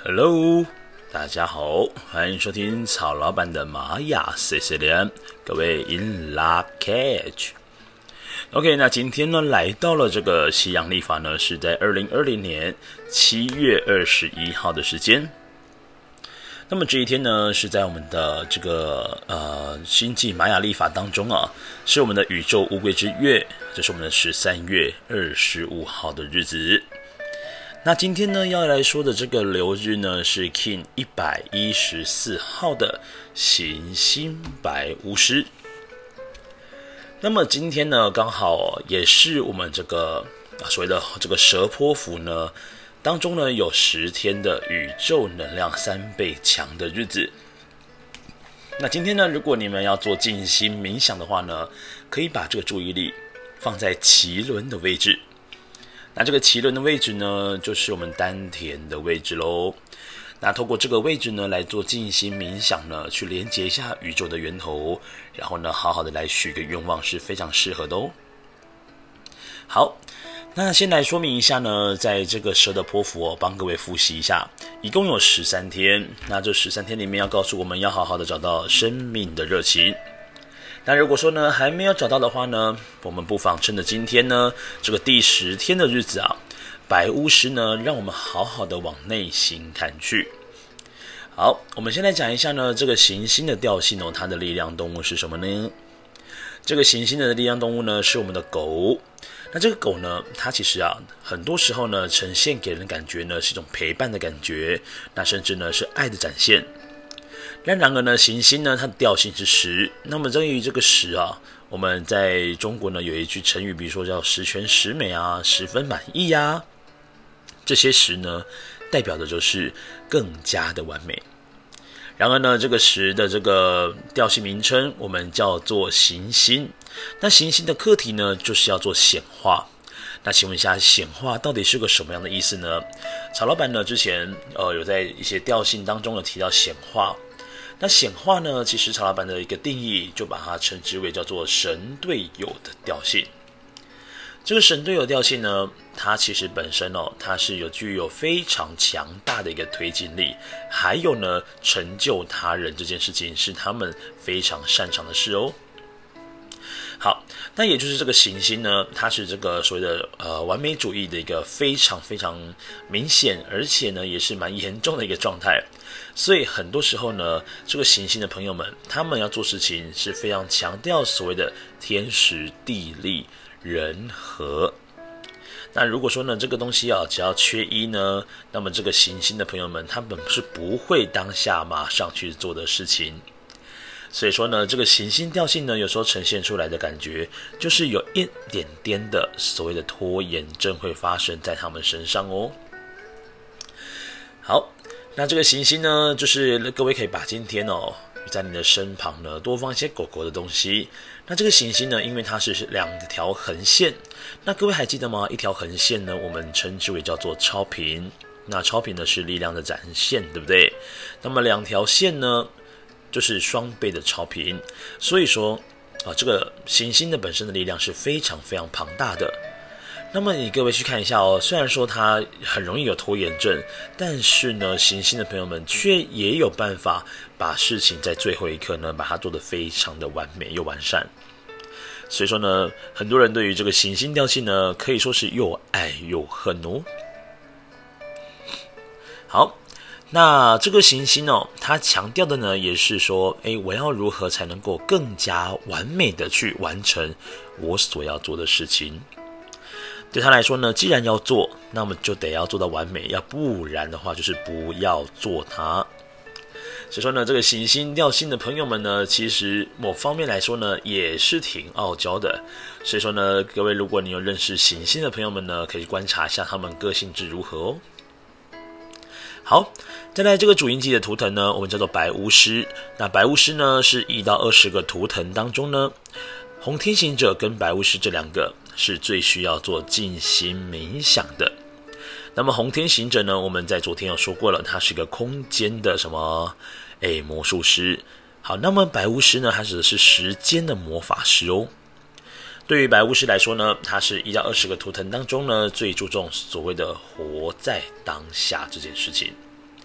Hello， 大家好，欢迎收听曹老板的玛雅 CCL， 各位 In La Cage。OK， 那今天呢，来到了这个西洋历法呢，是在2020年7月21号的时间。那么这一天呢，是在我们的这个星际玛雅历法当中啊，是我们的宇宙乌龟之月，这是我们的13月25号的日子。那今天呢，要来说的这个流日呢，是 Kin 114号的行星白巫师。那么今天呢，刚好也是我们这个所谓的这个蛇波符呢当中呢，有10天的宇宙能量3倍强的日子。那今天呢，如果你们要做静心冥想的话呢，可以把这个注意力放在脐轮的位置。那这个脐轮的位置呢，就是我们丹田的位置咯。那透过这个位置呢，来做静心冥想呢，去连接一下宇宙的源头，然后呢，好好的来许个愿望是非常适合的哦。好，那先来说明一下呢，在这个蛇的波符帮各位复习一下，一共有13天。那这13天里面要告诉我们要好好的找到生命的热情。那如果说呢还没有找到的话呢，我们不妨趁着今天呢这个第10天的日子啊，白巫师呢让我们好好的往内心看去。好，我们先来讲一下呢这个行星的调性哦，它的力量动物是什么呢？这个行星的力量动物呢是我们的狗。那这个狗呢，它其实啊很多时候呢呈现给人的感觉呢是一种陪伴的感觉，那甚至呢是爱的展现。然而呢，行星呢，它的调性是10。那么关于这个10啊，我们在中国呢有一句成语，比如说叫十全十美啊，十分满意啊，这些10呢，代表的就是更加的完美。然而呢，这个10的这个调性名称，我们叫做行星。那行星的课题呢，就是要做显化。那请问一下，显化到底是个什么样的意思呢？曹老板呢之前有在一些调性当中有提到显化。那显化呢，其实曹老板的一个定义就把它称之为叫做神队友的调性。这个神队友调性呢，它其实本身它是具有非常强大的一个推进力，还有呢成就他人这件事情是他们非常擅长的事哦。好，那也就是这个行星呢，它是这个所谓的完美主义的一个非常非常明显，而且呢也是蛮严重的一个状态。所以很多时候呢，这个行星的朋友们，他们要做事情是非常强调所谓的天时地利人和。那如果说呢这个东西只要缺一呢，那么这个行星的朋友们，他们是不会当下马上去做的事情。所以说呢，这个行星调性呢，有时候呈现出来的感觉，就是有一点点的所谓的拖延症会发生在他们身上哦。好，那这个行星呢，就是各位可以把今天在你的身旁呢，多放一些狗狗的东西。那这个行星呢，因为它是2条横线，那各位还记得吗？一条横线呢，我们称之为叫做超频。那超频呢是力量的展现，对不对？那么2条线呢，就是双倍的超频，所以说这个行星的本身的力量是非常非常庞大的。那么你各位去看一下虽然说它很容易有拖延症，但是呢，行星的朋友们却也有办法把事情在最后一刻呢，把它做得非常的完美又完善。所以说呢，很多人对于这个行星调性呢，可以说是又爱又恨哦。好。那这个行星它强调的呢，也是说，我要如何才能够更加完美的去完成我所要做的事情。对他来说呢，既然要做，那么就得要做到完美，要不然的话就是不要做它。所以说呢，这个行星调性的朋友们呢，其实某方面来说呢，也是挺傲娇的。所以说呢，各位如果你有认识行星的朋友们呢，可以观察一下他们个性是如何哦。好，再来这个主印记的图腾呢，我们叫做白巫师。那白巫师呢，是1到20个图腾当中呢，红天行者跟白巫师这2个是最需要做静心冥想的。那么红天行者呢，我们在昨天有说过了，他是个空间的魔术师。好，那么白巫师呢，他指的是时间的魔法师哦。对于白巫师来说呢，他是1到20个图腾当中呢，最注重所谓的活在当下这件事情。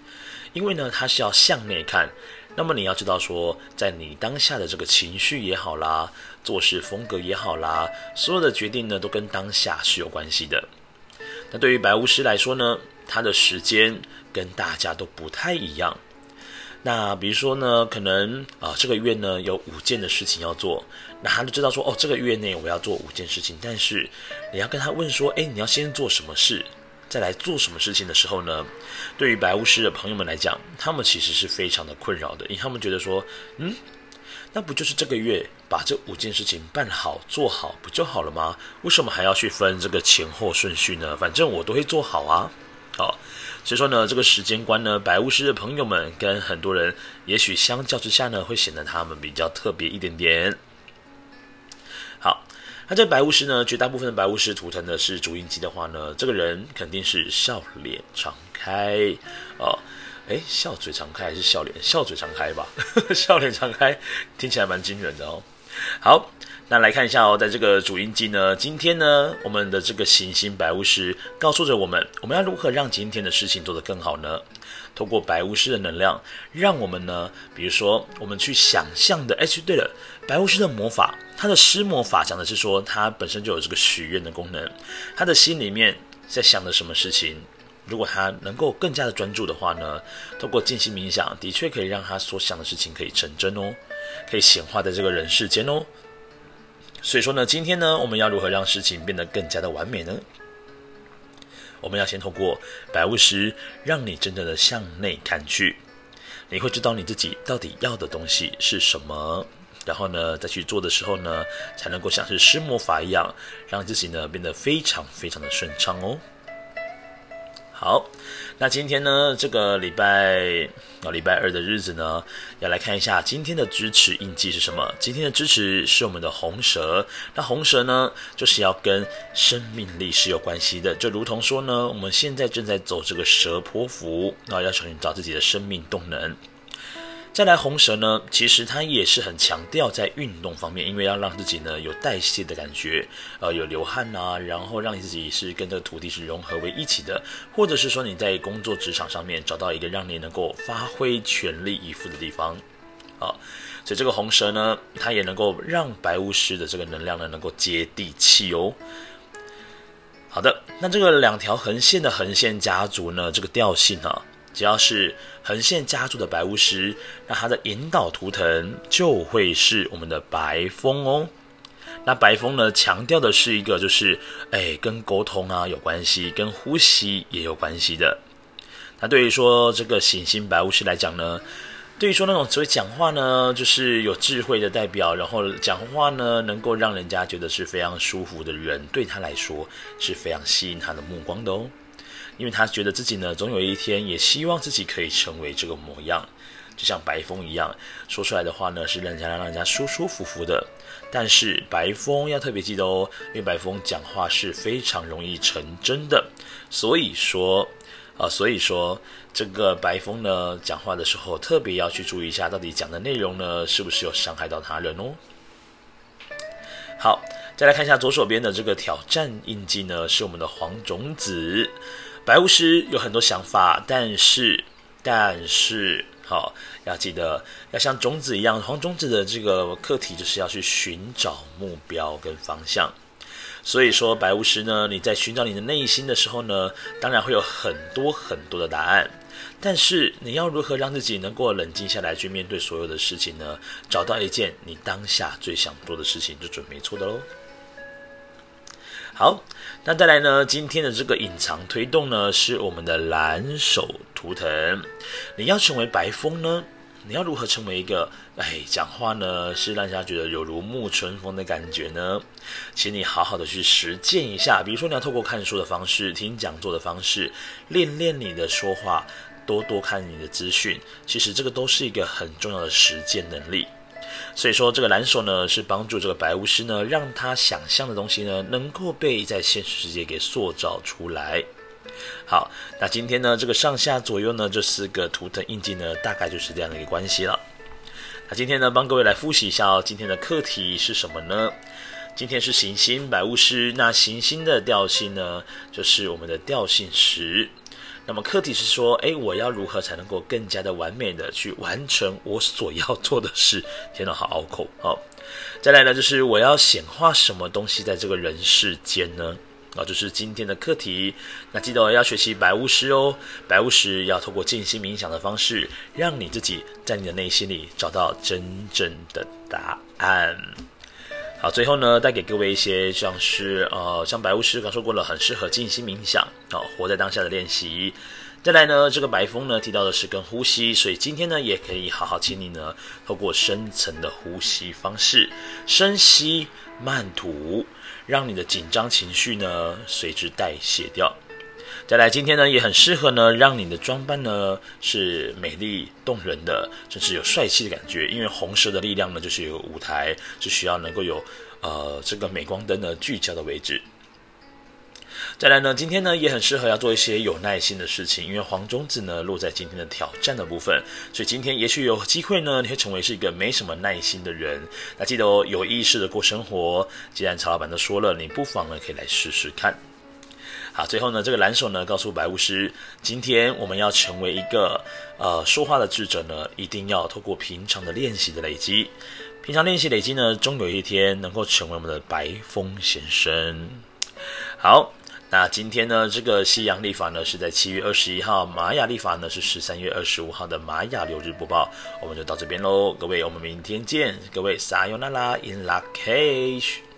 因为呢，它是要向内看。那么你要知道说，在你当下的这个情绪也好啦，做事风格也好啦，所有的决定呢，都跟当下是有关系的。那对于白巫师来说呢，他的时间跟大家都不太一样。那比如说呢，可能这个月呢有5件的事情要做，那他就知道说，这个月内我要做5件事情。但是你要跟他问说，你要先做什么事，再来做什么事情的时候呢，对于白巫师的朋友们来讲，他们其实是非常的困扰的，因为他们觉得说，那不就是这个月把这5件事情办好做好不就好了吗？为什么还要去分这个前后顺序呢？反正我都会做好啊。所以说呢，这个时间观呢，白巫师的朋友们跟很多人也许相较之下呢，会显得他们比较特别一点点。好，那这白巫师呢，绝大部分的白巫师图腾的是主印记的话呢，这个人肯定是笑脸常开笑嘴常开还是笑嘴常开吧？笑脸常开听起来蛮惊人的哦。好，那来看一下在这个主印记呢，今天呢，我们的这个行星白巫师告诉着我们要如何让今天的事情做得更好呢？透过白巫师的能量，让我们呢，比如说我们去想象的，对了，白巫师的魔法，他的施魔法讲的是说，他本身就有这个许愿的功能，他的心里面在想的什么事情，如果他能够更加的专注的话呢，透过静心冥想，的确可以让他所想的事情可以成真哦，可以显化在这个人世间哦。所以说呢，今天呢，我们要如何让事情变得更加的完美呢？我们要先透过白巫师，让你真正的向内看去，你会知道你自己到底要的东西是什么，然后呢，再去做的时候呢，才能够像是施魔法一样，让自己呢变得非常非常的顺畅哦。好，那今天呢，这个礼拜2的日子呢，要来看一下今天的支持印记是什么。今天的支持是我们的红蛇，那红蛇呢，就是要跟生命力是有关系的，就如同说呢，我们现在正在走这个蛇波符，要寻找自己的生命动能。再来红蛇呢，其实它也是很强调在运动方面，因为要让自己呢有代谢的感觉，有流汗啊，然后让你自己是跟这个土地是融合为一起的，或者是说你在工作职场上面找到一个让你能够发挥全力以赴的地方，所以这个红蛇呢，它也能够让白巫师的这个能量呢能够接地气哦。好的，那这个2条横线的横线家族呢，这个调性只要是横线家族的白巫师，那它的引导图腾就会是我们的白风哦。那白风呢，强调的是一个就是跟沟通有关系，跟呼吸也有关系的。那对于说这个行星白巫师来讲呢，对于说那种只会讲话呢，就是有智慧的代表，然后讲话呢能够让人家觉得是非常舒服的人，对他来说是非常吸引他的目光的哦。因为他觉得自己呢，总有一天也希望自己可以成为这个模样，就像白风一样，说出来的话呢是让人家舒舒服服的。但是白风要特别记得哦，因为白风讲话是非常容易成真的，所以说这个白风呢讲话的时候，特别要去注意一下，到底讲的内容呢是不是有伤害到他人哦。好，再来看一下左手边的这个挑战印记呢，是我们的黄种子。白巫师有很多想法，但是要记得要像种子一样，黄种子的这个课题就是要去寻找目标跟方向。所以说白巫师呢，你在寻找你的内心的时候呢，当然会有很多很多的答案，但是你要如何让自己能够冷静下来去面对所有的事情呢？找到一件你当下最想做的事情，就准没错的咯。好，那再来呢，今天的这个隐藏推动呢，是我们的蓝手图腾。你要成为白风呢，你要如何成为一个讲话呢是让人家觉得有如沐春风的感觉呢？请你好好的去实践一下，比如说你要透过看书的方式，听讲座的方式，练你的说话，多多看你的资讯，其实这个都是一个很重要的实践能力。所以说这个蓝手呢，是帮助这个白巫师呢，让他想象的东西呢，能够被在现实世界给塑造出来。好，那今天呢，这个上下左右呢，这4个图腾印记呢，大概就是这样的一个关系了。那今天呢，帮各位来复习一下今天的课题是什么呢？今天是行星白巫师，那行星的调性呢，就是我们的调性10。 那么课题是说，我要如何才能够更加的完美的去完成我所要做的事？天哪，好拗口。好，再来呢，就是我要显化什么东西在这个人世间呢？就是今天的课题。那记得要学习白巫师哦，白巫师要透过静心冥想的方式，让你自己在你的内心里找到真正的答案。好，最后呢，带给各位一些像白巫师刚说过了，很适合静心冥想，活在当下的练习。再来呢，这个白风呢提到的是跟呼吸，所以今天呢也可以好好请你呢透过深层的呼吸方式，深吸慢吐，让你的紧张情绪呢随之代谢掉。再来，今天呢也很适合呢，让你的装扮呢是美丽动人的，甚至有帅气的感觉。因为红蛇的力量呢，就是有舞台，是需要能够有这个镁光灯的聚焦的位置。再来呢，今天呢也很适合要做一些有耐心的事情，因为黄种子呢落在今天的挑战的部分，所以今天也许有机会呢，你会成为是一个没什么耐心的人。那记得有意识的过生活。既然曹老板都说了，你不妨呢可以来试试看。好，最后呢，这个蓝手呢告诉白巫师，今天我们要成为一个说话的智者呢，一定要透过平常的练习的累积，平常练习累积呢，终有一天能够成为我们的白风先生。好，那今天呢，这个西洋历法呢是在7月21号，玛雅历法呢是13月25号的玛雅流日播报，我们就到这边咯，各位，我们明天见，各位撒由那拉 in la cage。